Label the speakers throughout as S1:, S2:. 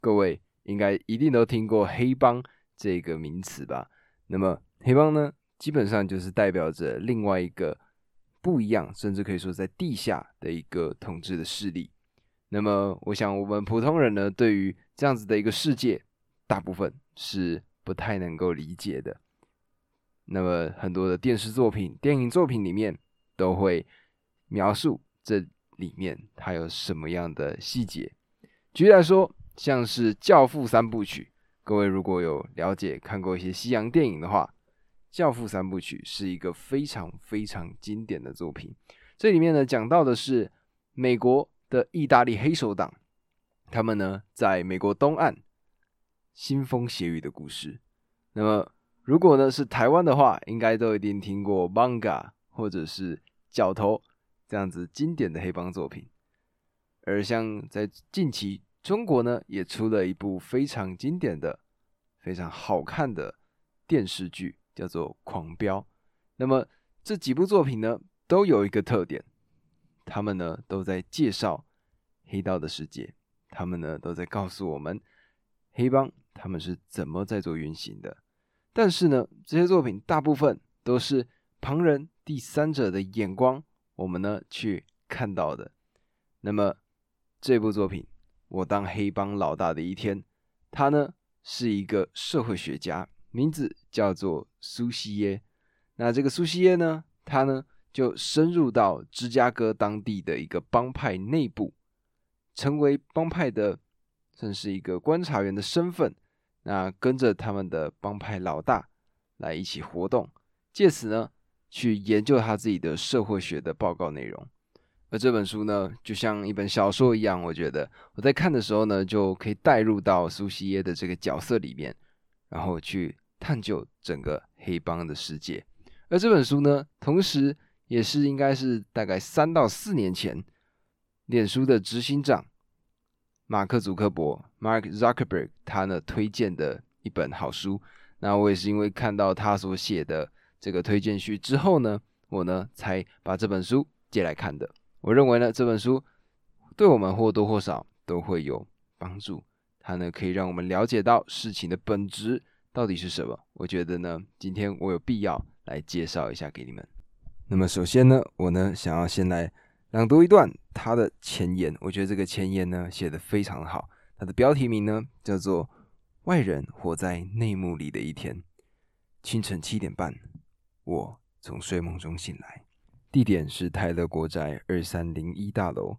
S1: 各位应该一定都听过黑帮这个名词吧？那么黑帮呢，基本上就是代表着另外一个不一样，甚至可以说在地下的一个统治的势力。那么我想我们普通人呢，对于这样子的一个世界，大部分是不太能够理解的。那么很多的电视作品、电影作品里面都会描述这里面它有什么样的细节。举例来说，像是《教父》三部曲，各位如果有了解看过一些西洋电影的话，《教父》三部曲是一个非常非常经典的作品。这里面呢讲到的是美国的意大利黑手党，他们呢在美国东岸腥风血雨的故事。那么如果呢是台湾的话，应该都一定听过 Manga 或者是角头这样子经典的黑帮作品。而像在近期，中国呢也出了一部非常经典的、非常好看的电视剧，叫做《狂飙》。那么这几部作品呢都有一个特点，他们呢都在介绍黑道的世界，他们呢都在告诉我们黑帮他们是怎么在做运行的。但是呢，这些作品大部分都是旁人、第三者的眼光，我们呢去看到的。那么这部作品《我当黑帮老大的一天》，他呢是一个社会学家，名字叫做苏西耶。那这个苏西耶呢，他呢就深入到芝加哥当地的一个帮派内部，成为帮派的算是一个观察员的身份，那跟着他们的帮派老大来一起活动，借此呢去研究他自己的社会学的报告内容。而这本书呢，就像一本小说一样，我觉得我在看的时候呢，就可以带入到苏西耶的这个角色里面，然后去探究整个黑帮的世界。而这本书呢，同时也是应该是大概3到4年前，脸书的执行长马克·祖克伯 （Mark Zuckerberg） 他呢推荐的一本好书。那我也是因为看到他所写的这个推荐序之后呢，我呢才把这本书借来看的。我认为呢，这本书对我们或多或少都会有帮助，它呢可以让我们了解到事情的本质到底是什么。我觉得呢，今天我有必要来介绍一下给你们。那么首先呢，我呢想要先来朗读一段它的前言，我觉得这个前言呢写得非常好。它的标题名呢叫做《外人活在内幕里的一天》。清晨7点半，我从睡梦中醒来。地点是泰勒国宅2301大楼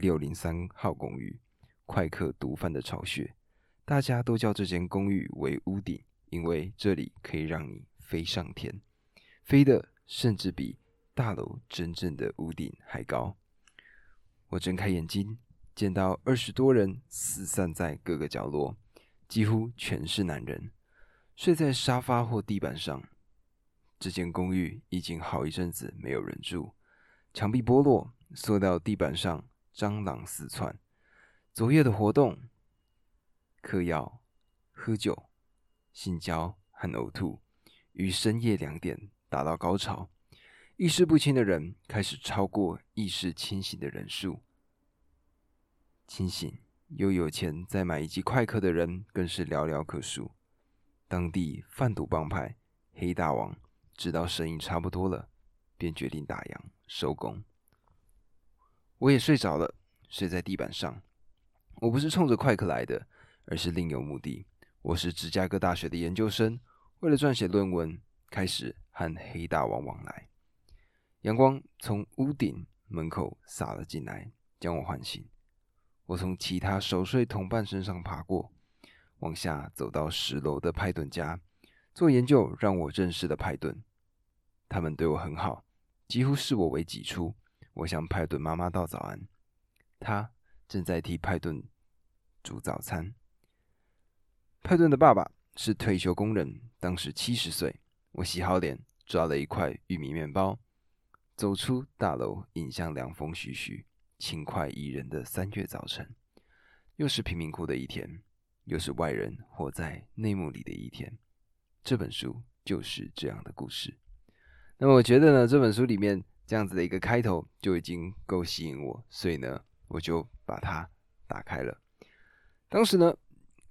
S1: 1603号公寓，快客毒贩的巢穴。大家都叫这间公寓为屋顶，因为这里可以让你飞上天，飞的甚至比大楼真正的屋顶还高。我睁开眼睛，见到20多人四散在各个角落，几乎全是男人，睡在沙发或地板上。这间公寓已经好一阵子没有人住，墙壁剥落，塑料地板上蟑螂四窜。昨夜的活动，嗑药、喝酒、性交和呕吐，于深夜2点达到高潮。意识不清的人开始超过意识清醒的人数。清醒又有钱再买1剂快克的人更是寥寥可数。当地贩毒帮派黑大王知道生意差不多了，便决定打烊收工。我也睡着了，睡在地板上。我不是冲着快克来的，而是另有目的。我是芝加哥大学的研究生，为了撰写论文，开始和黑大王往来。阳光从屋顶门口洒了进来，将我唤醒。我从其他熟睡同伴身上爬过，往下走到10楼的派顿家。做研究让我认识了派顿，他们对我很好，几乎视我为己出。我向派顿妈妈道早安，她正在替派顿煮早餐。派顿的爸爸是退休工人，当时70岁。我洗好脸，抓了一块玉米面包，走出大楼，迎向凉风徐徐、轻快宜人的3月早晨。又是贫民窟的一天，又是外人活在内幕里的一天。这本书就是这样的故事。那么我觉得呢，这本书里面这样子的一个开头就已经够吸引我，所以呢，我就把它打开了。当时呢，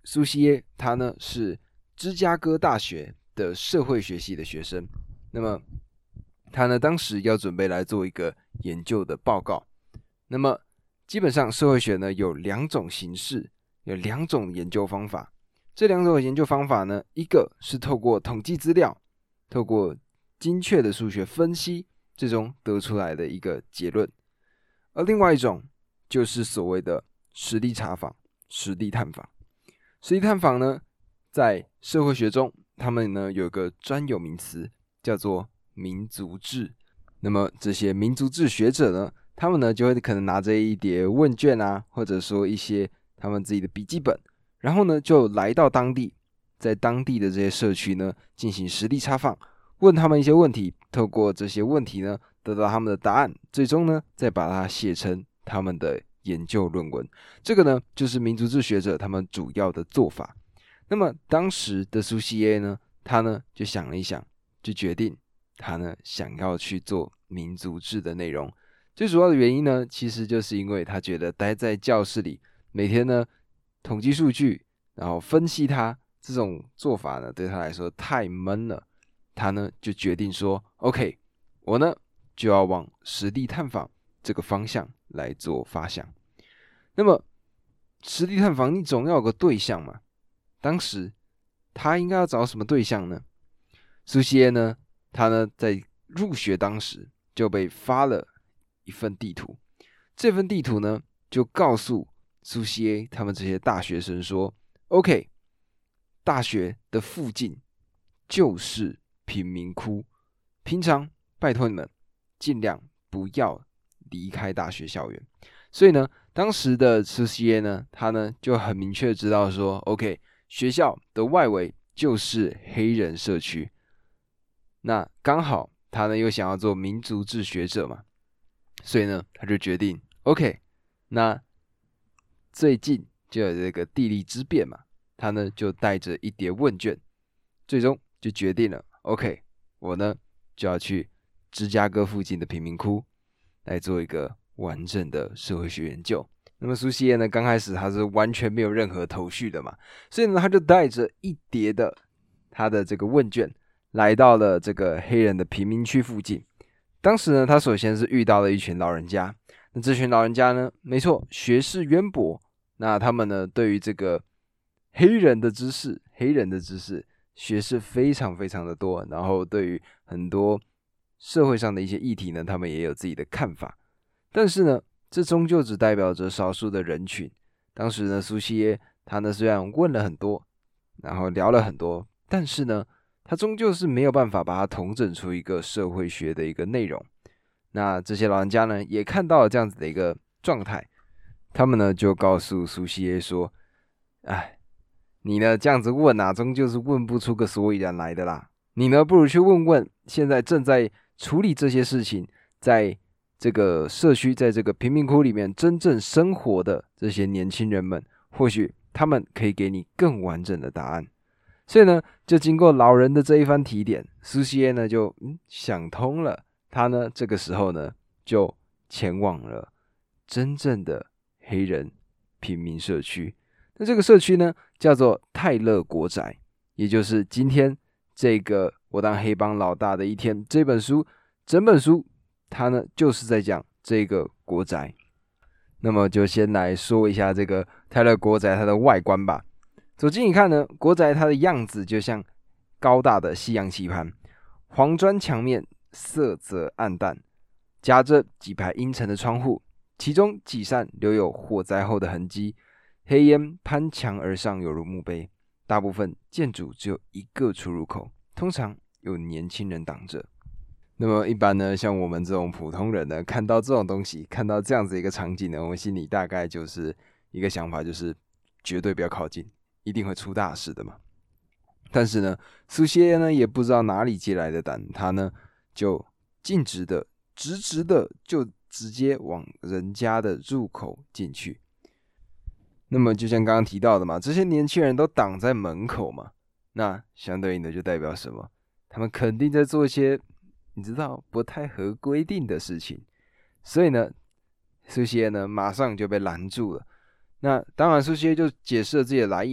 S1: 苏西耶他呢是芝加哥大学的社会学系的学生，那么他呢当时要准备来做一个研究的报告。那么基本上社会学呢有2种形式，有2种研究方法。这2种研究方法呢，一个是透过统计资料，透过精确的数学分析，最终得出来的一个结论。而另外一种就是所谓的实地查访、实地探访。实地探访呢，在社会学中，他们呢有一个专有名词叫做民族志。那么这些民族志学者呢，他们呢就会可能拿着一叠问卷啊，或者说一些他们自己的笔记本，然后呢就来到当地，在当地的这些社区呢进行实地查访，问他们一些问题，透过这些问题呢得到他们的答案，最终呢再把它写成他们的研究论文。这个呢就是民族志学者他们主要的做法。那么当时的苏西耶呢，他呢就想了一想，就决定他呢想要去做民族志的内容。最主要的原因呢，其实就是因为他觉得待在教室里，每天呢统计数据，然后分析它，这种做法呢对他来说太闷了。他呢就决定说 OK， 我呢就要往实地探访这个方向来做发想。那么实地探访你总要有个对象嘛，当时他应该要找什么对象呢？苏西耶呢，他呢在入学当时就被发了一份地图，这份地图呢就告诉苏西耶他们这些大学生说 OK， 大学的附近就是贫民窟，平常拜托你们尽量不要离开大学校园。所以呢，当时的苏西耶呢，他呢就很明确知道说 OK， 学校的外围就是黑人社区。那刚好他呢又想要做民族志学者嘛，所以呢他就决定 OK， 那最近就有这个地利之便嘛，他呢就带着一叠问卷，最终就决定了 OK， 我呢就要去芝加哥附近的贫民窟来做一个完整的社会学研究。那么苏西耶呢，刚开始他是完全没有任何头绪的嘛，所以呢他就带着一叠的他的这个问卷来到了这个黑人的贫民区附近。当时呢他首先是遇到了一群老人家，那这群老人家呢，没错，学识渊博，那他们呢对于这个黑人的知识学识非常非常的多，然后对于很多社会上的一些议题呢，他们也有自己的看法。但是呢，这终究只代表着少数的人群。当时呢，苏西耶他呢虽然问了很多，然后聊了很多，但是呢，他终究是没有办法把它统整出一个社会学的一个内容。那这些老人家呢，也看到了这样子的一个状态，他们呢就告诉苏西耶说：“哎，你呢这样子问啊，终究是问不出个所以然来的啦。你呢，不如去问问现在正在处理这些事情，在这个社区，在这个贫民窟里面真正生活的这些年轻人们，或许他们可以给你更完整的答案。”所以呢，就经过老人的这一番提点，苏西耶呢就想通了。他呢这个时候呢就前往了真正的黑人贫民社区。那这个社区呢叫做泰勒国宅，也就是今天这个我当黑帮老大的一天这本书，整本书它呢就是在讲这个国宅。那么就先来说一下这个泰勒国宅它的外观吧。走近一看呢，国宅它的样子就像高大的西洋棋盘，黄砖墙面色泽暗淡，夹着几排阴沉的窗户，其中几扇留有火灾后的痕迹，黑烟攀墙而上，犹如墓碑。大部分建筑只有一个出入口，通常有年轻人挡着。那么一般呢，像我们这种普通人呢，看到这种东西，看到这样子一个场景呢，我们心里大概就是一个想法，就是绝对不要靠近，一定会出大事的嘛。但是呢，苏西耶呢也不知道哪里借来的胆，他呢就径直的、直直的就直接往人家的入口进去。那么就像刚刚提到的嘛，这些年轻人都挡在门口嘛，那相对应的就代表什么？他们肯定在做一些你知道不太合规定的事情。所以呢，苏西耶呢马上就被拦住了。那当然，苏西耶就解释了自己的来意嘛。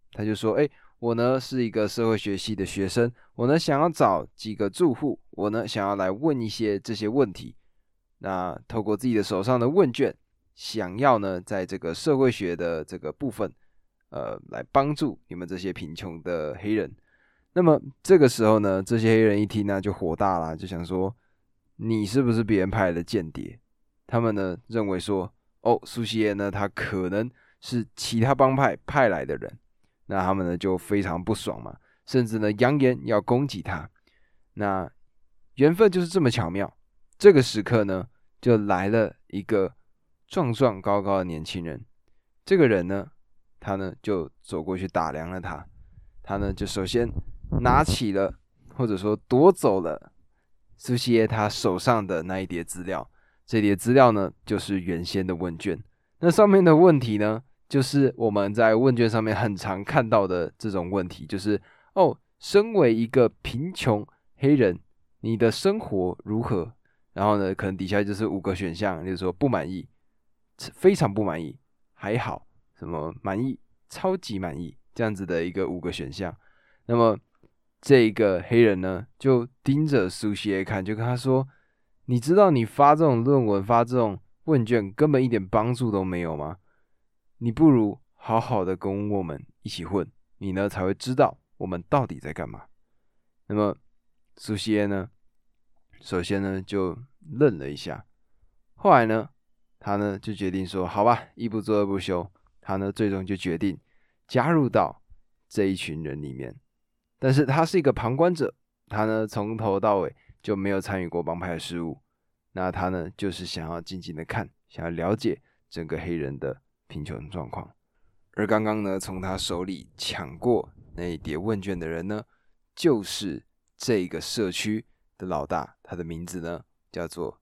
S1: 他就说：我呢是一个社会学系的学生，我呢想要找几个住户，我呢想要来问一些这些问题。那透过自己的手上的问卷，想要呢在这个社会学的这个部分，来帮助你们这些贫穷的黑人。那么这个时候呢，这些黑人一听呢就火大啦，就想说你是不是别人派来的间谍？他们呢认为说，苏西耶呢他可能是其他帮派派来的人，那他们呢就非常不爽嘛，甚至呢扬言要攻击他。那缘分就是这么巧妙，这个时刻呢就来了一个壮壮高高的年轻人。这个人呢，他呢就走过去打量了他，他呢就首先拿起了，或者说夺走了苏西耶他手上的那一叠资料。这叠资料呢就是原先的问卷，那上面的问题呢就是我们在问卷上面很常看到的这种问题，就是身为一个贫穷黑人，你的生活如何？然后呢可能底下就是5个选项，就是说不满意、非常不满意、还好、什么满意、超级满意，这样子的一个5个选项。那么这个黑人呢就盯着苏西耶看，就跟他说，你知道你发这种论文、发这种问卷根本一点帮助都没有吗？你不如好好的跟我们一起混，你呢才会知道我们到底在干嘛。那么苏西耶呢，首先呢就愣了一下，后来呢他呢就决定说，好吧，一不做二不休，他呢最终就决定加入到这一群人里面。但是他是一个旁观者，他呢从头到尾就没有参与过帮派的事务，那他呢就是想要静静的看，想要了解整个黑人的贫穷状况。而刚刚呢从他手里抢过那一叠问卷的人呢，就是这个社区的老大，他的名字呢叫做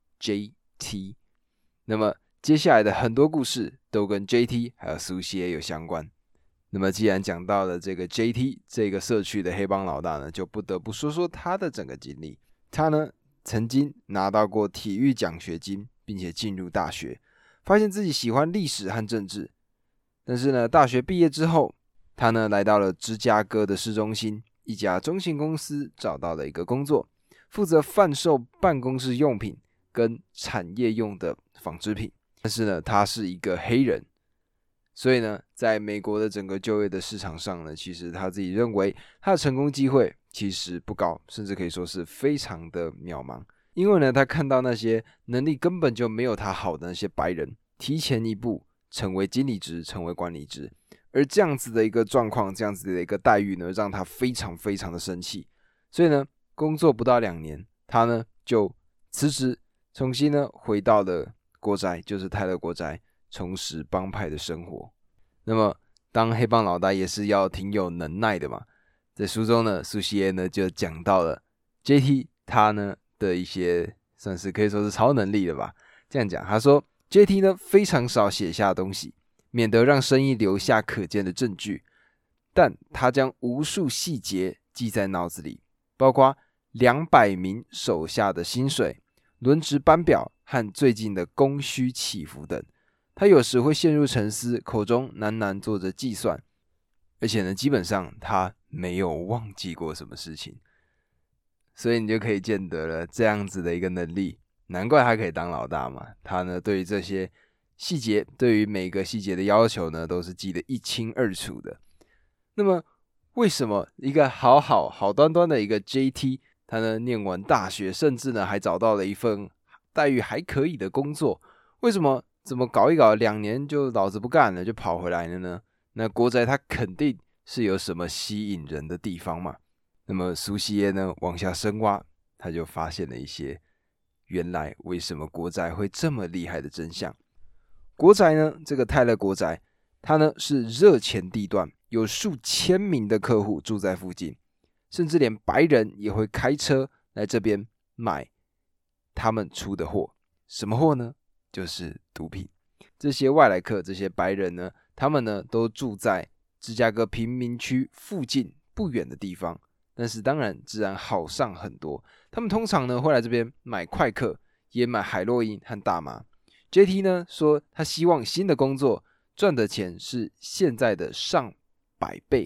S1: JT。 那么接下来的很多故事都跟 JT 还有苏西耶有相关。那么既然讲到了这个 JT 这个社区的黑帮老大呢，就不得不说说他的整个经历。他呢曾经拿到过体育奖学金，并且进入大学，发现自己喜欢历史和政治。但是呢大学毕业之后，他呢来到了芝加哥的市中心一家中型公司，找到了一个工作，负责贩售办公室用品跟产业用的纺织品。但是呢他是一个黑人，所以呢在美国的整个就业的市场上呢，其实他自己认为他的成功机会其实不高，甚至可以说是非常的渺茫。因为呢他看到那些能力根本就没有他好的那些白人提前一步成为经理职，成为管理职，而这样子的一个状况，这样子的一个待遇呢，让他非常非常的生气。所以呢工作不到2年，他呢就辞职，重新呢回到了国宅，就是泰勒国宅，重拾帮派的生活。那么当黑帮老大也是要挺有能耐的嘛，在书中呢苏西耶呢就讲到了 JT 他呢的一些算是可以说是超能力了吧。这样讲，他说 JT 呢非常少写下东西，免得让生意留下可见的证据，但他将无数细节记在脑子里，包括200名手下的薪水、轮值班表和最近的供需起伏等。他有时会陷入沉思，口中喃喃做着计算，而且呢基本上他没有忘记过什么事情。所以你就可以见得了，这样子的一个能力，难怪他可以当老大嘛。他呢对于这些细节，对于每个细节的要求呢都是记得一清二楚的。那么为什么一个好端端的一个 JT， 他呢念完大学，甚至呢还找到了一份待遇还可以的工作，为什么怎么搞一搞2年就老子不干了，就跑回来了呢？那国宅他肯定是有什么吸引人的地方嘛。那么苏西耶呢往下深挖，他就发现了一些原来为什么国宅会这么厉害的真相。国宅呢，这个泰勒国宅，它呢是热钱地段，有数千名的客户住在附近，甚至连白人也会开车来这边买他们出的货。什么货呢？就是毒品。这些外来客，这些白人呢，他们呢都住在芝加哥贫民区附近不远的地方，但是当然治安好上很多。他们通常呢会来这边买快克，也买海洛因和大麻。JT 呢说他希望新的工作赚的钱是现在的上100倍，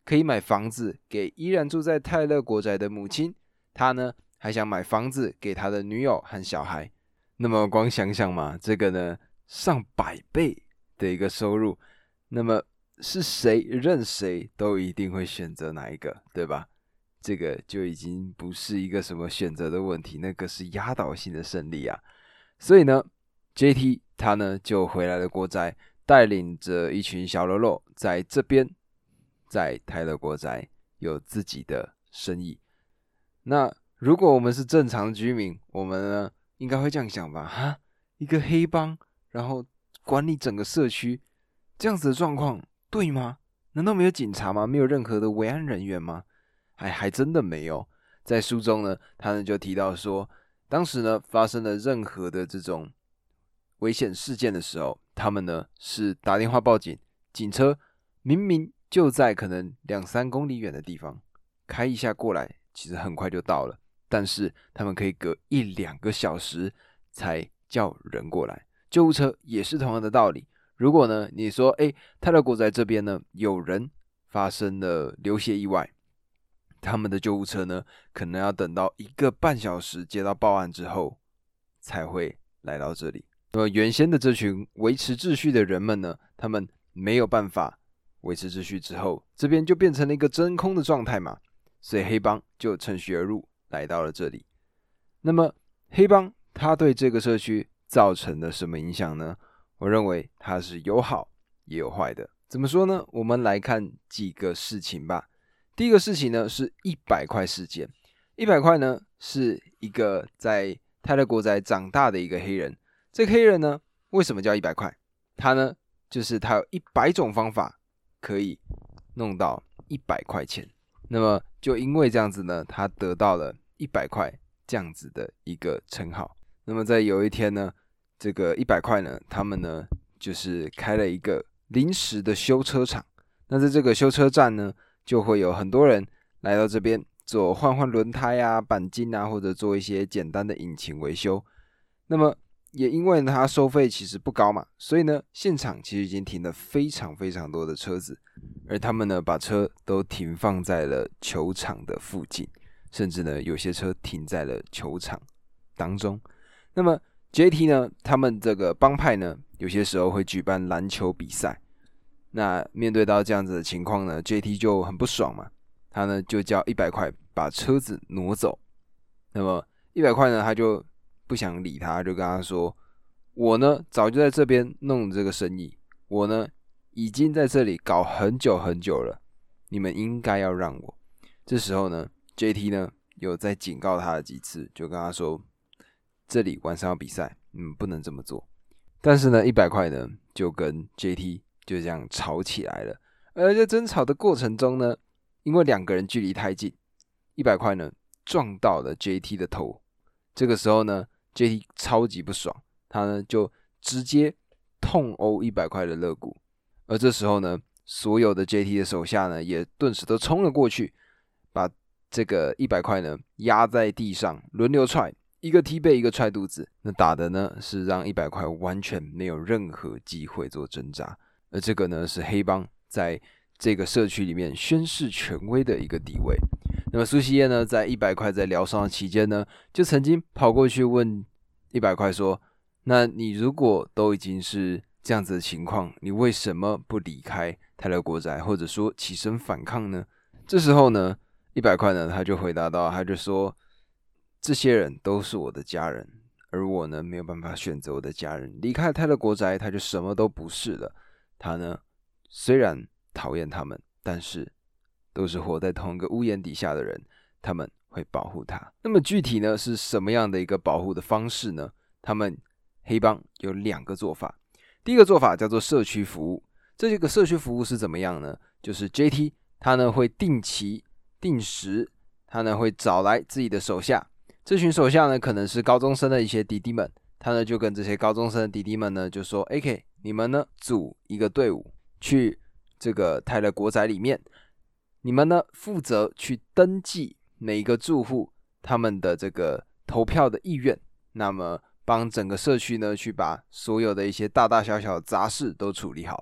S1: 可以买房子给依然住在泰勒国宅的母亲，他呢还想买房子给他的女友和小孩。那么光想想嘛，这个呢上100倍的一个收入，那么是谁任谁都一定会选择哪一个，对吧？这个就已经不是一个什么选择的问题，那个是压倒性的胜利啊。所以呢 JT 他呢就回来了国宅，带领着一群小喽啰在这边在泰勒国宅有自己的生意。那如果我们是正常居民，我们呢应该会这样想吧，哈，一个黑帮然后管理整个社区，这样子的状况对吗？难道没有警察吗？没有任何的维安人员吗？还真的没有。在书中呢，他们就提到说，当时呢发生了任何的这种危险事件的时候，他们呢是打电话报警，警车明明就在可能2-3公里远的地方，开一下过来，其实很快就到了，但是他们可以隔1-2个小时才叫人过来。救护车也是同样的道理。如果呢你说泰勒国宅这边呢有人发生了流血意外，他们的救护车呢可能要等到1个半小时接到报案之后才会来到这里。那么原先的这群维持秩序的人们呢，他们没有办法维持秩序之后，这边就变成了一个真空的状态嘛，所以黑帮就趁虚而入来到了这里。那么黑帮他对这个社区造成了什么影响呢？我认为它是有好也有坏的。怎么说呢？我们来看几个事情吧。第一个事情呢是100块事件。100块呢是一个在泰勒国宅长大的一个黑人。这个黑人呢为什么叫100块？他呢就是他有100种方法可以弄到100块钱。那么就因为这样子呢，他得到了100块这样子的一个称号。那么在有一天呢，这个100块呢，他们呢就是开了一个临时的修车厂。那在这个修车站呢，就会有很多人来到这边做换轮胎啊、钣金啊，或者做一些简单的引擎维修。那么也因为它收费其实不高嘛，所以呢，现场其实已经停了非常非常多的车子，而他们呢把车都停放在了球场的附近，甚至呢有些车停在了球场当中。那么 JT 呢，他们这个帮派呢，有些时候会举办篮球比赛。那面对到这样子的情况呢 ，JT 就很不爽嘛，他呢就叫100块把车子挪走。那么100块呢，他就不想理他，就跟他说：“我呢早就在这边弄这个生意，我呢已经在这里搞很久很久了，你们应该要让我。”这时候呢 ，JT 呢有再警告他了几次，就跟他说：“这里晚上要比赛，你们不能这么做。”但是呢，100块呢就跟 JT 就这样吵起来了。而在争吵的过程中呢，因为2个人距离太近，100块呢撞到了 JT 的头。这个时候呢 ，JT 超级不爽，他呢就直接痛殴100块的肋骨。而这时候呢，所有的 JT 的手下呢也顿时都冲了过去，把这个100块呢压在地上，轮流踹，一个踢背，一个踹肚子。那打的呢是让100块完全没有任何机会做挣扎。而这个呢是黑帮在这个社区里面宣示权威的一个地位。那么苏西叶呢，在100块在疗伤的期间呢，就曾经跑过去问100块说：“那你如果都已经是这样子的情况，你为什么不离开泰勒国宅，或者说起身反抗呢？”这时候呢，100块呢他就回答到，他就说：“这些人都是我的家人，而我呢没有办法选择我的家人，离开泰勒国宅，他就什么都不是了。他呢虽然讨厌他们，但是都是活在同一个屋檐底下的人，他们会保护他。”那么具体呢是什么样的一个保护的方式呢？他们黑帮有2个做法。第一个做法叫做社区服务。这个社区服务是怎么样呢？就是 JT 他呢会定期定时，他呢会找来自己的手下，这群手下呢可能是高中生的一些弟弟们，他呢就跟这些高中生的弟弟们呢就说 ：“OK， 你们呢组一个队伍去这个泰勒国宅里面，你们呢负责去登记每一个住户他们的这个投票的意愿，那么帮整个社区呢去把所有的一些大大小小的杂事都处理好。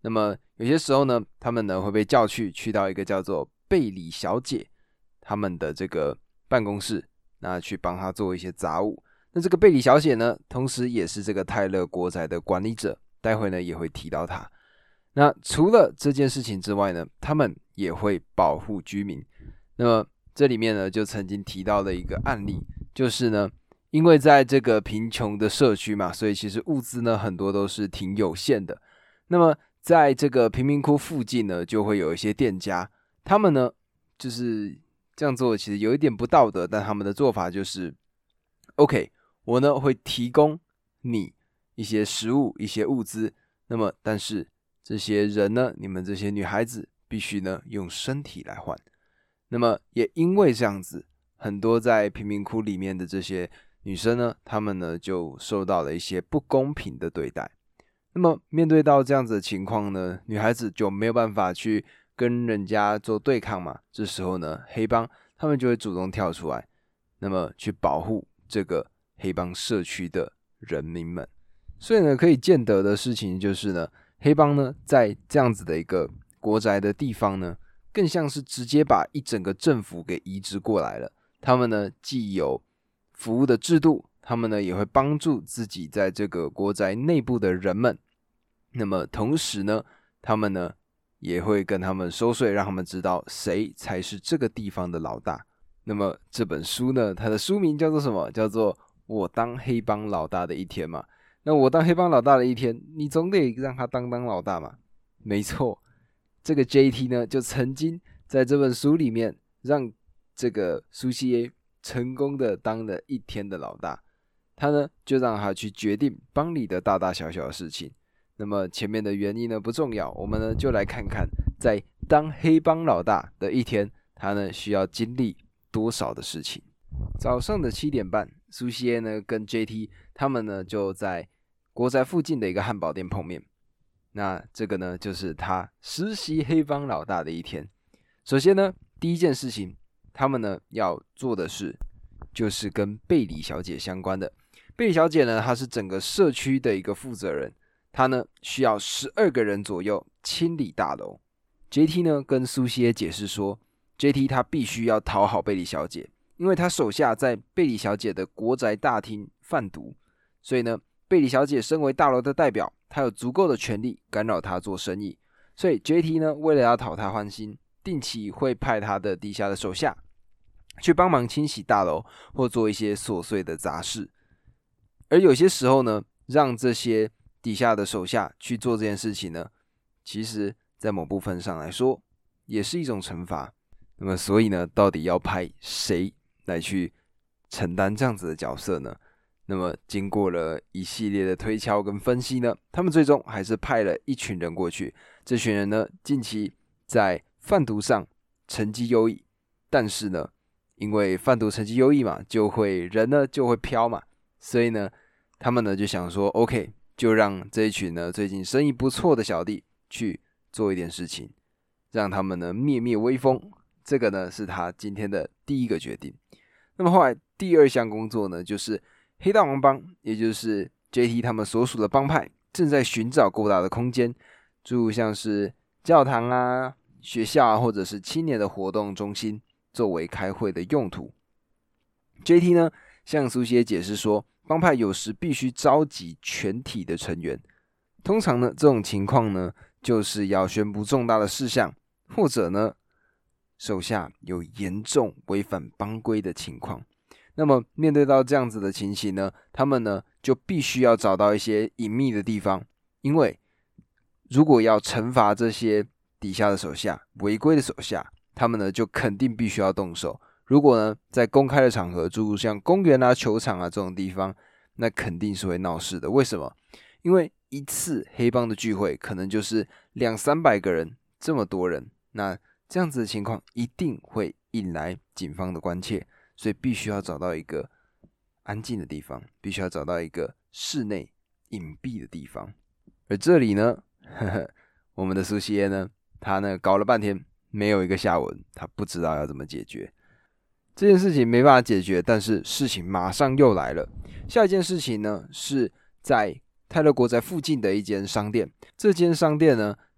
S1: 那么有些时候呢，他们呢会被叫去到一个叫做贝里小姐他们的这个办公室，那去帮他做一些杂物。那这个贝里小姐呢，同时也是这个泰勒国宅的管理者，待会呢也会提到她。那除了这件事情之外呢，他们也会保护居民。那么这里面呢，就曾经提到了一个案例，就是呢，因为在这个贫穷的社区嘛，所以其实物资呢很多都是挺有限的。那么在这个贫民窟附近呢，就会有一些店家，他们呢就是这样做，其实有一点不道德，但他们的做法就是，OK， 我呢会提供你一些食物、一些物资，那么但是这些人呢，你们这些女孩子必须呢用身体来换。那么也因为这样子，很多在贫民窟里面的这些女生呢，她们呢就受到了一些不公平的对待。那么面对到这样子的情况呢，女孩子就没有办法去跟人家做对抗嘛。这时候呢，黑帮他们就会主动跳出来，那么去保护这个黑帮社区的人民们。所以呢，可以见得的事情就是呢，黑帮呢在这样子的一个国宅的地方呢，更像是直接把一整个政府给移植过来了。他们呢既有服务的制度，他们呢也会帮助自己在这个国宅内部的人们。那么同时呢，他们呢也会跟他们收税，让他们知道谁才是这个地方的老大。那么这本书呢，它的书名叫做什么？叫做《我当黑帮老大的一天》嘛。那我当黑帮老大的一天，你总得让他当老大嘛。没错，这个 JT 呢，就曾经在这本书里面让这个苏西 A 成功的当了一天的老大。他呢就让他去决定帮里的大大小小的事情。那么前面的原因呢不重要，我们呢就来看看在当黑帮老大的一天，他呢需要经历多少的事情。早上的7点半，苏西 A 呢跟 JT 他们呢就在国宅附近的一个汉堡店碰面。那这个呢就是他实习黑帮老大的一天。首先呢，第一件事情他们呢要做的事就是跟贝里小姐相关的。贝里小姐呢，她是整个社区的一个负责人，她呢需要12个人左右清理大楼。JT 呢跟苏西耶解释说， JT 他必须要讨好贝里小姐，因为他手下在贝里小姐的国宅大厅贩毒，所以呢贝里小姐身为大楼的代表，她有足够的权力干扰她做生意。所以 JT 呢为了要讨她欢心，定期会派他的底下的手下去帮忙清洗大楼或做一些琐碎的杂事。而有些时候呢，让这些底下的手下去做这件事情呢，其实在某部分上来说也是一种惩罚。那么所以呢，到底要派谁来去承担这样子的角色呢？那么经过了一系列的推敲跟分析呢，他们最终还是派了一群人过去。这群人呢，近期在贩毒上成绩优异，但是呢，因为贩毒成绩优异嘛，人呢就会飘嘛，所以呢，他们呢就想说 ，OK， 就让这一群呢最近生意不错的小弟去做一点事情，让他们呢灭灭威风。这个呢是他今天的第一个决定。那么后来第二项工作呢，就是黑道王帮，也就是 JT 他们所属的帮派，正在寻找够大的空间，诸如像是教堂啊、学校啊，或者是青年的活动中心，作为开会的用途。JT 呢向苏西耶解释说，帮派有时必须召集全体的成员，通常呢这种情况呢，就是要宣布重大的事项，或者呢手下有严重违反帮规的情况。那么面对到这样子的情形呢，他们呢就必须要找到一些隐秘的地方，因为如果要惩罚这些底下的手下、违规的手下，他们呢就肯定必须要动手。如果呢在公开的场合，诸如像公园啊、球场啊这种地方，那肯定是会闹事的。为什么？因为一次黑帮的聚会可能就是200-300个人，这么多人，那这样子的情况一定会引来警方的关切，所以必须要找到一个安静的地方，必须要找到一个室内隐蔽的地方。而这里呢，我们的苏西耶呢，他呢搞了半天没有一个下文，他不知道要怎么解决这件事情，没办法解决。但是事情马上又来了，下一件事情呢是在泰勒国宅附近的一间商店。这间商店呢，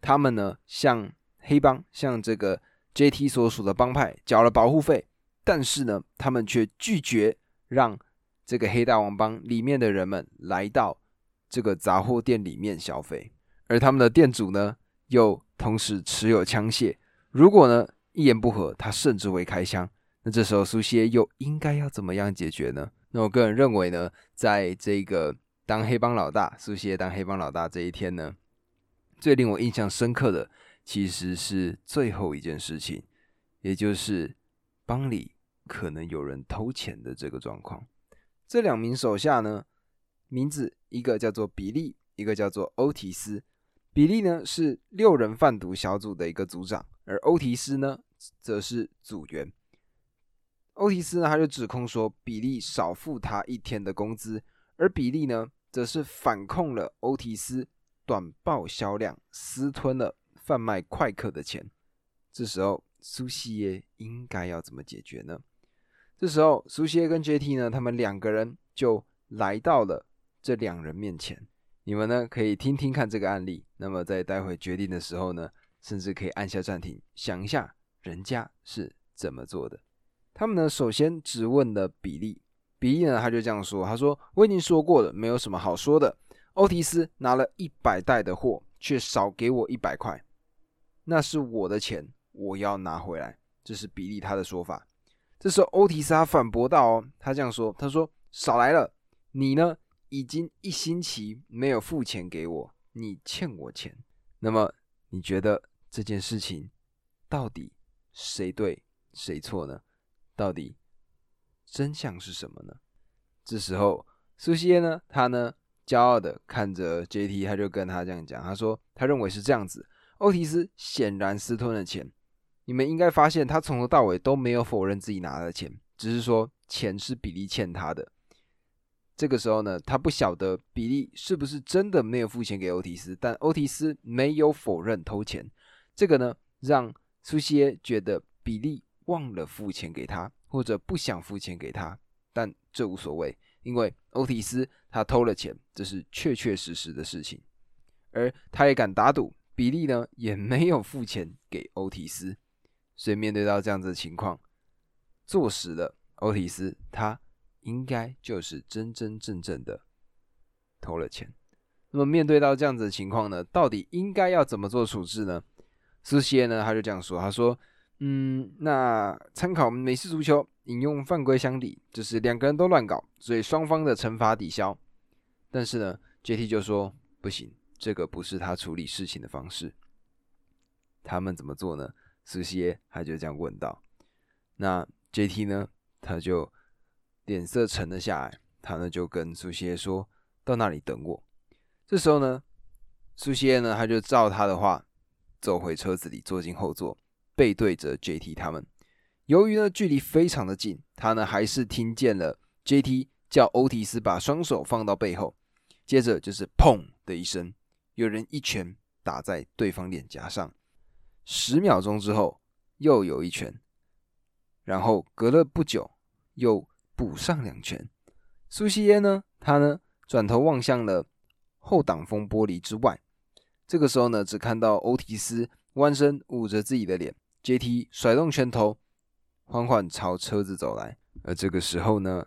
S1: 他们呢向黑帮向这个 JT 所属的帮派缴了保护费，但是呢他们却拒绝让这个黑大王帮里面的人们来到这个杂货店里面消费，而他们的店主呢又同时持有枪械，如果呢一言不合他甚至会开枪。那这时候苏西耶又应该要怎么样解决呢？那我个人认为呢，在这个当黑帮老大，苏西耶当黑帮老大这一天呢，最令我印象深刻的其实是最后一件事情，也就是帮里可能有人偷钱的这个状况。这2名手下呢，名字一个叫做比利，一个叫做欧提斯。比利呢是6人贩毒小组的一个组长，而欧提斯呢则是组员。欧提斯呢他就指控说比利少付他1天的工资，而比利呢则是反控了欧提斯短报销量，私吞了贩卖快客的钱。这时候苏西耶应该要怎么解决呢？这时候苏西耶跟 JT 呢他们2个人就来到了这2人面前。你们呢可以听听看这个案例，那么在待会决定的时候呢，甚至可以按下暂停，想一下人家是怎么做的。他们呢首先质问了比利，比利呢他就这样说，他说我已经说过了，没有什么好说的。欧提斯拿了100袋的货，却少给我100块，那是我的钱，我要拿回来，这是比利他的说法。这时候欧提斯他反驳道他这样说，他说少来了，你呢已经1星期没有付钱给我，你欠我钱。那么你觉得这件事情到底谁对谁错呢？到底真相是什么呢？这时候苏西耶呢他呢骄傲的看着 JT， 他就跟他这样讲，他说他认为是这样子，欧提斯显然私吞了钱，你们应该发现他从头到尾都没有否认自己拿的钱，只是说钱是比利欠他的。这个时候呢他不晓得比利是不是真的没有付钱给欧提斯，但欧提斯没有否认偷钱，这个呢让苏西耶觉得比利忘了付钱给他，或者不想付钱给他，但这无所谓，因为欧提斯他偷了钱，这是确确实实的事情。而他也敢打赌比利呢也没有付钱给欧提斯，所以面对到这样子的情况，坐实了欧提斯他应该就是真真正正的偷了钱。那么面对到这样子的情况呢，到底应该要怎么做处置呢？苏西耶呢他就这样说，他说那参考美式足球，引用犯规相抵，就是2个人都乱搞，所以双方的惩罚抵消。但是呢 JT 就说不行，这个不是他处理事情的方式。他们怎么做呢？苏西耶他就这样问道。那 JT 呢他就脸色沉了下来，他呢就跟苏西耶说到那里等我。这时候呢苏西耶呢他就照他的话走回车子里，坐进后座，背对着 JT 他们。由于呢距离非常的近，他呢还是听见了 JT 叫欧提斯把双手放到背后，接着就是砰的一声，有人一拳打在对方脸颊上。10秒钟之后又有一拳，然后隔了不久又补上2拳。苏西耶呢他呢转头望向了后挡风玻璃之外，这个时候呢只看到欧提斯弯身捂着自己的脸， JT 甩动拳头缓缓朝车子走来。而这个时候呢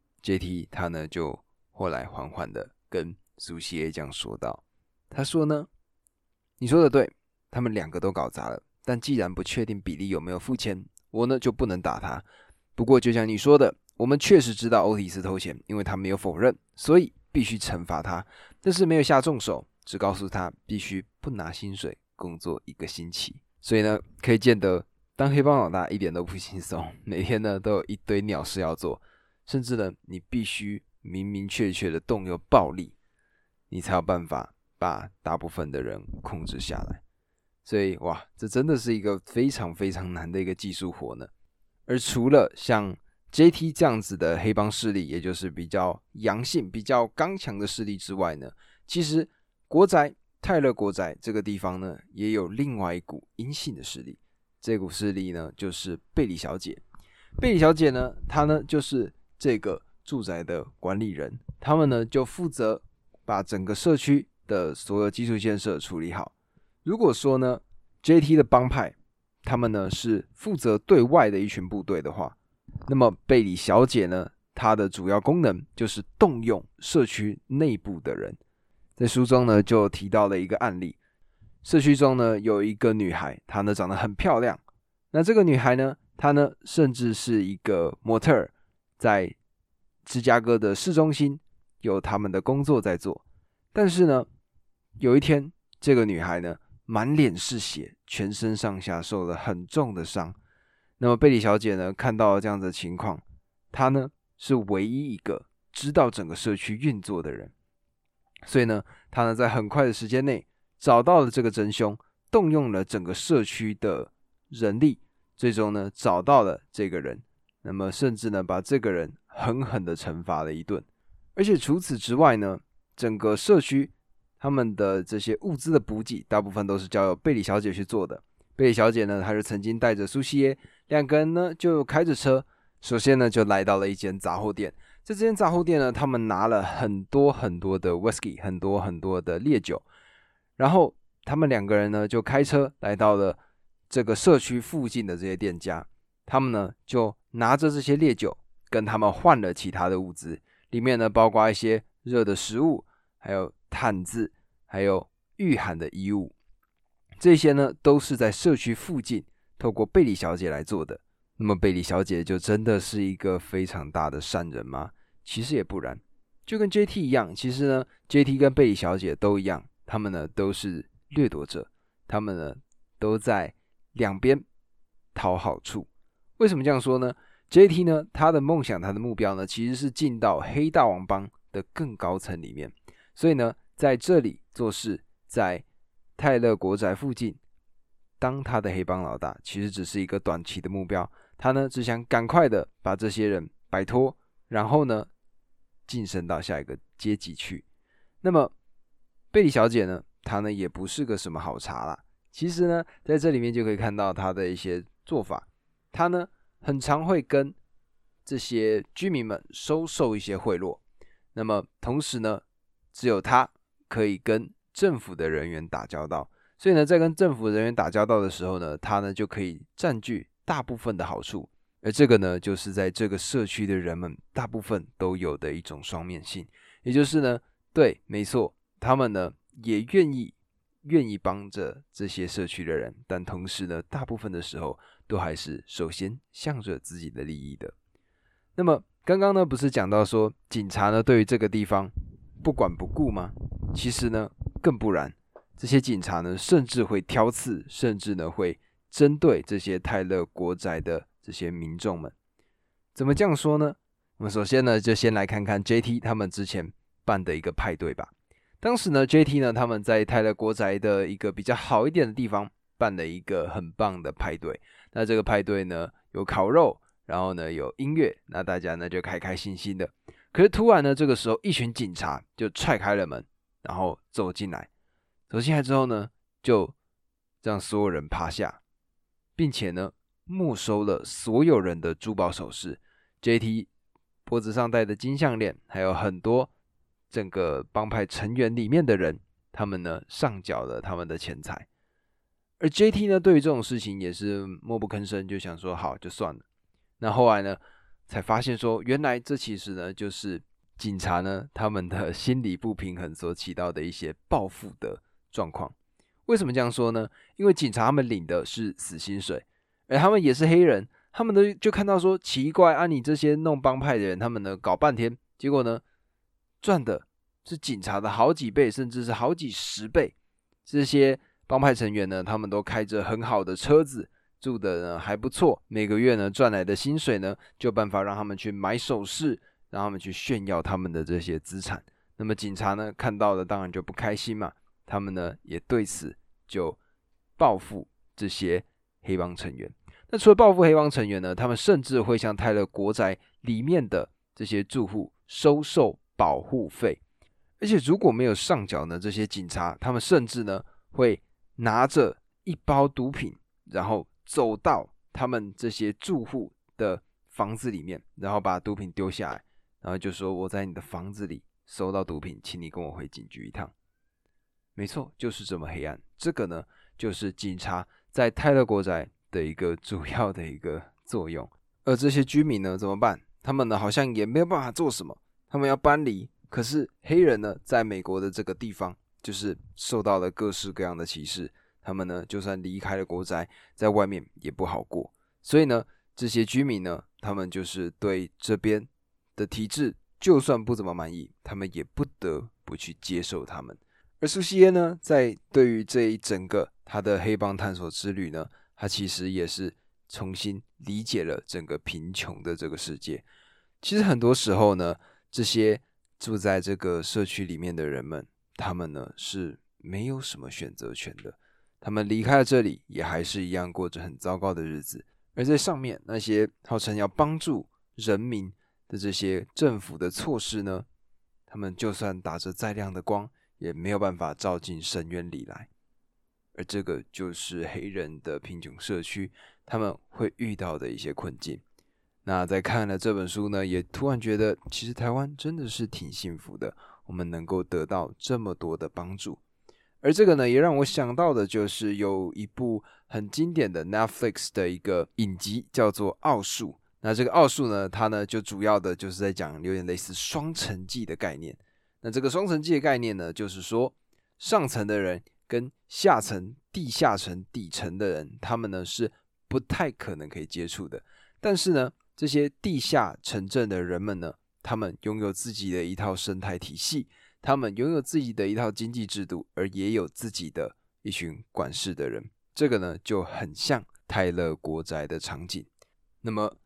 S1: JT 他呢就后来缓缓的跟苏西耶这样说道，他说呢你说的对，他们2个都搞砸了，但既然不确定比利有没有付钱，我呢就不能打他。不过就像你说的，我们确实知道欧提斯偷钱，因为他没有否认，所以必须惩罚他，但是没有下重手，只告诉他必须不拿薪水工作1个星期。所以呢可以见得当黑帮老大一点都不轻松，每天呢都有一堆鸟事要做，甚至呢你必须明明确确的动用暴力，你才有办法把大部分的人控制下来。所以哇，这真的是一个非常非常难的一个技术活呢。而除了像 JT 这样子的黑帮势力，也就是比较阳性比较刚强的势力之外呢，其实国宅泰勒国宅这个地方呢也有另外一股阴性的势力，这股势力呢就是贝里小姐。贝里小姐呢她呢就是这个住宅的管理人，他们呢就负责把整个社区的所有基础建设处理好。 如果说呢 JT 的帮派他们呢是负责对外的一群部队的话，那么贝里小姐呢，她的主要功能就是动用社区内部的人。在书中呢就提到了一个案例，社区中呢有一个女孩，她呢长得很漂亮，那这个女孩呢，她呢甚至是一个模特儿，在芝加哥的市中心有他们的工作在做。但是呢，有一天这个女孩呢满脸是血，全身上下受了很重的伤。那么贝里小姐呢看到了这样的情况，她呢是唯一一个知道整个社区运作的人，所以呢她呢在很快的时间内找到了这个真凶，动用了整个社区的人力，最终呢找到了这个人，那么甚至呢把这个人狠狠的惩罚了一顿。而且除此之外呢，整个社区他们的这些物资的补给大部分都是交由贝里小姐去做的。贝里小姐呢，她就曾经带着苏西耶，两个人呢就开着车，首先呢就来到了一间杂货店。在这间杂货店呢，他们拿了很多很多的 whisky， 很多很多的烈酒，然后他们两个人呢就开车来到了这个社区附近的这些店家，他们呢就拿着这些烈酒跟他们换了其他的物资，里面呢包括一些热的食物，还有毯子，还有御寒的衣物。这些呢都是在社区附近透过贝里小姐来做的。那么贝里小姐就真的是一个非常大的善人吗？其实也不然，就跟 JT 一样，其实呢 JT 跟贝里小姐都一样，他们呢都是掠夺者，他们呢都在两边讨好处。为什么这样说呢？ JT 呢他的梦想，他的目标呢其实是进到黑大王帮的更高层里面，所以呢在这里做事，在泰勒国宅附近当他的黑帮老大，其实只是一个短期的目标。他呢只想赶快的把这些人摆脱，然后呢晋升到下一个阶级去。那么贝里小姐呢，她呢也不是个什么好茬啦。其实呢在这里面就可以看到她的一些做法，她呢很常会跟这些居民们收受一些贿赂，那么同时呢只有她可以跟政府的人员打交道，所以呢在跟政府人员打交道的时候呢，她呢就可以占据大部分的好处。而这个呢就是在这个社区的人们大部分都有的一种双面性，也就是呢对，没错，他们呢也愿意帮着这些社区的人，但同时呢大部分的时候都还是首先向着自己的利益的。那么刚刚呢不是讲到说警察呢对于这个地方不管不顾吗？其实呢更不然，这些警察呢甚至会挑刺，甚至呢会针对这些泰勒国宅的这些民众们。怎么这样说呢？我们首先呢就先来看看 JT 他们之前办的一个派对吧。当时呢 JT 呢他们在泰勒国宅的一个比较好一点的地方办了一个很棒的派对。那这个派对呢有烤肉，然后呢有音乐，那大家呢就开开心心的。可是突然呢这个时候一群警察就踹开了门，然后走进来之后呢就让所有人趴下，并且呢没收了所有人的珠宝首饰， JT 脖子上戴的金项链，还有很多整个帮派成员里面的人，他们呢上缴了他们的钱财。而 JT 呢对于这种事情也是默不吭声，就想说好就算了。那后来呢才发现说，原来这其实呢就是警察呢他们的心理不平衡所起到的一些报复的状况。为什么这样说呢？因为警察他们领的是死薪水，而他们也是黑人，他们呢就看到说奇怪啊，你这些弄帮派的人，他们呢搞半天，结果呢赚的是警察的好几倍，甚至是好几十倍。这些帮派成员呢，他们都开着很好的车子，住的呢还不错，每个月呢赚来的薪水呢，就有办法让他们去买首饰，让他们去炫耀他们的这些资产。那么警察呢看到了当然就不开心嘛，他们呢也对此就报复这些黑帮成员。那除了报复黑帮成员呢，他们甚至会向泰勒国宅里面的这些住户收受保护费，而且如果没有上缴呢，这些警察他们甚至呢会拿着一包毒品，然后走到他们这些住户的房子里面，然后把毒品丢下来，然后就说我在你的房子里收到毒品，请你跟我回警局一趟。没错，就是这么黑暗， 这个呢就是警察在泰勒国宅的一个主要的一个作用。而这些居民呢怎么办？他们呢好像也没有办法做什么，他们要搬离。可是黑人呢在美国的这个地方就是受到了各式各样的歧视，他们呢就算离开了国宅，在外面也不好过。所以呢这些居民呢，他们就是对这边的体制就算不怎么满意，他们也不得不去接受他们。而苏西耶呢，在对于这一整个他的黑帮探索之旅呢，他其实也是重新理解了整个贫穷的这个世界。其实很多时候呢，这些住在这个社区里面的人们，他们呢是没有什么选择权的，他们离开了这里，也还是一样过着很糟糕的日子。而在上面那些号称要帮助人民的这些政府的措施呢，他们就算打着再亮的光，也没有办法照进深渊里来。而这个就是黑人的贫穷社区他们会遇到的一些困境。那在看了这本书呢，也突然觉得其实台湾真的是挺幸福的，我们能够得到这么多的帮助。而这个呢，也让我想到的就是有一部很经典的 Netflix 的一个影集，叫做《奥数》。那这个奥数呢，它呢就主要的就是在讲有点类似双城记的概念。那这个双城记的概念呢，就是说上层的人跟下层、地下层、底层的人，他们呢是不太可能可以接触的。但是呢，这些地下城镇的人们呢，他们拥有自己的一套生态体系。他们拥有自己的一套经济制度，而也有自己的一群管事的人。这个呢就很像泰勒国宅的场景。那么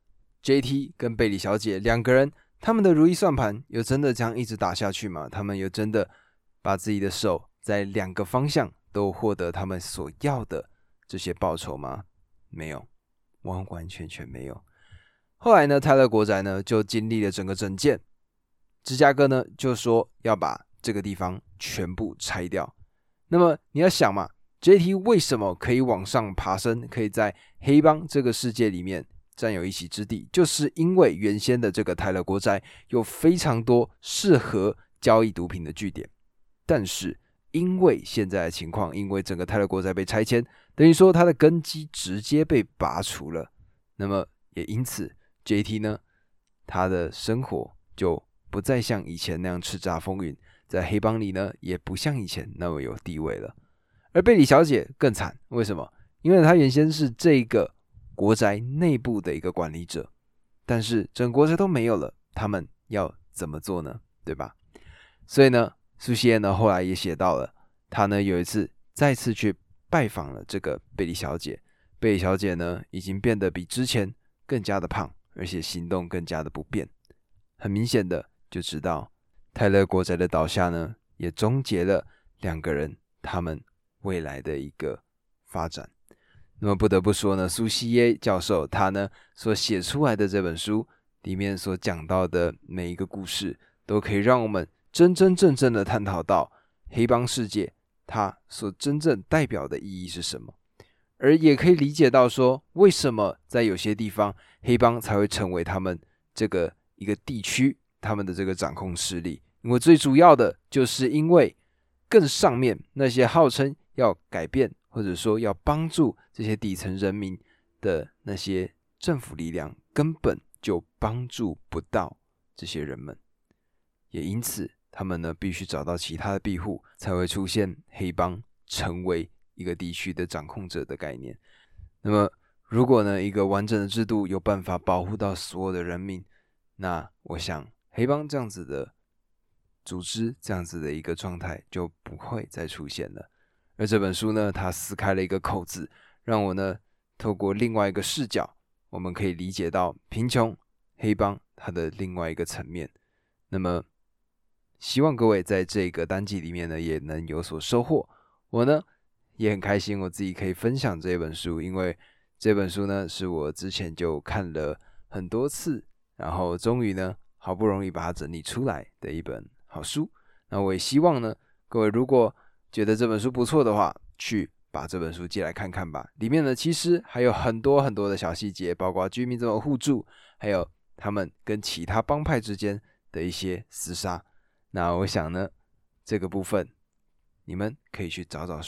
S1: JT 跟贝里小姐两个人，他们的如意算盘有真的这样一直打下去吗？他们有真的把自己的手在两个方向都获得他们所要的这些报酬吗？没有，完完全全没有。后来呢，泰勒国宅呢就经历了整个整建，芝加哥呢就说要把这个地方全部拆掉。那么你要想嘛， JT 为什么可以往上爬升，可以在黑帮这个世界里面占有一席之地，就是因为原先的这个泰勒国宅有非常多适合交易毒品的据点。但是因为现在的情况，因为整个泰勒国宅被拆迁，等于说它的根基直接被拔除了。那么也因此 JT 呢，他的生活就不再像以前那样叱咤风云，在黑帮里呢，也不像以前那么有地位了。而贝里小姐更惨，为什么？因为她原先是这个国宅内部的一个管理者，但是整国宅都没有了，他们要怎么做呢？对吧？所以呢，苏西耶呢后来也写到了，他呢有一次再次去拜访了这个贝里小姐，贝里小姐呢已经变得比之前更加的胖，而且行动更加的不便。很明显的就知道泰勒国宅的倒下呢，也终结了两个人他们未来的一个发展。那么不得不说呢，苏西耶教授他呢所写出来的这本书里面所讲到的每一个故事，都可以让我们真真正正的探讨到黑帮世界它所真正代表的意义是什么，而也可以理解到说，为什么在有些地方黑帮才会成为他们这个一个地区他们的这个掌控势力。因为最主要的就是因为更上面那些号称要改变或者说要帮助这些底层人民的那些政府力量，根本就帮助不到这些人们。也因此他们呢必须找到其他的庇护，才会出现黑帮成为一个地区的掌控者的概念。那么如果呢一个完整的制度有办法保护到所有的人民，那我想黑帮这样子的组织，这样子的一个状态就不会再出现了。而这本书呢，它撕开了一个口子，让我呢透过另外一个视角，我们可以理解到贫穷、黑帮它的另外一个层面。那么希望各位在这个单集里面呢也能有所收获。我呢也很开心我自己可以分享这本书，因为这本书呢是我之前就看了很多次，然后终于呢好不容易把它整理出来的一本好书。那我也希望呢各位如果觉得这本书不错的话，去把这本书借来看看吧。里面呢其实还有很多很多的小细节，包括居民怎么互助，还有他们跟其他帮派之间的一些厮杀。那我想呢这个部分你们可以去找找书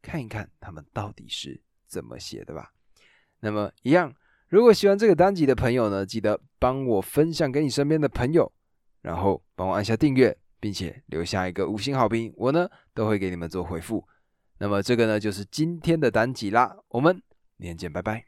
S1: 看一看他们到底是怎么写的吧。那么一样，如果喜欢这个单集的朋友呢，记得帮我分享给你身边的朋友，然后帮我按下订阅，并且留下一个5星好评，我呢都会给你们做回复。那么这个呢就是今天的单集啦，我们明天见，拜拜。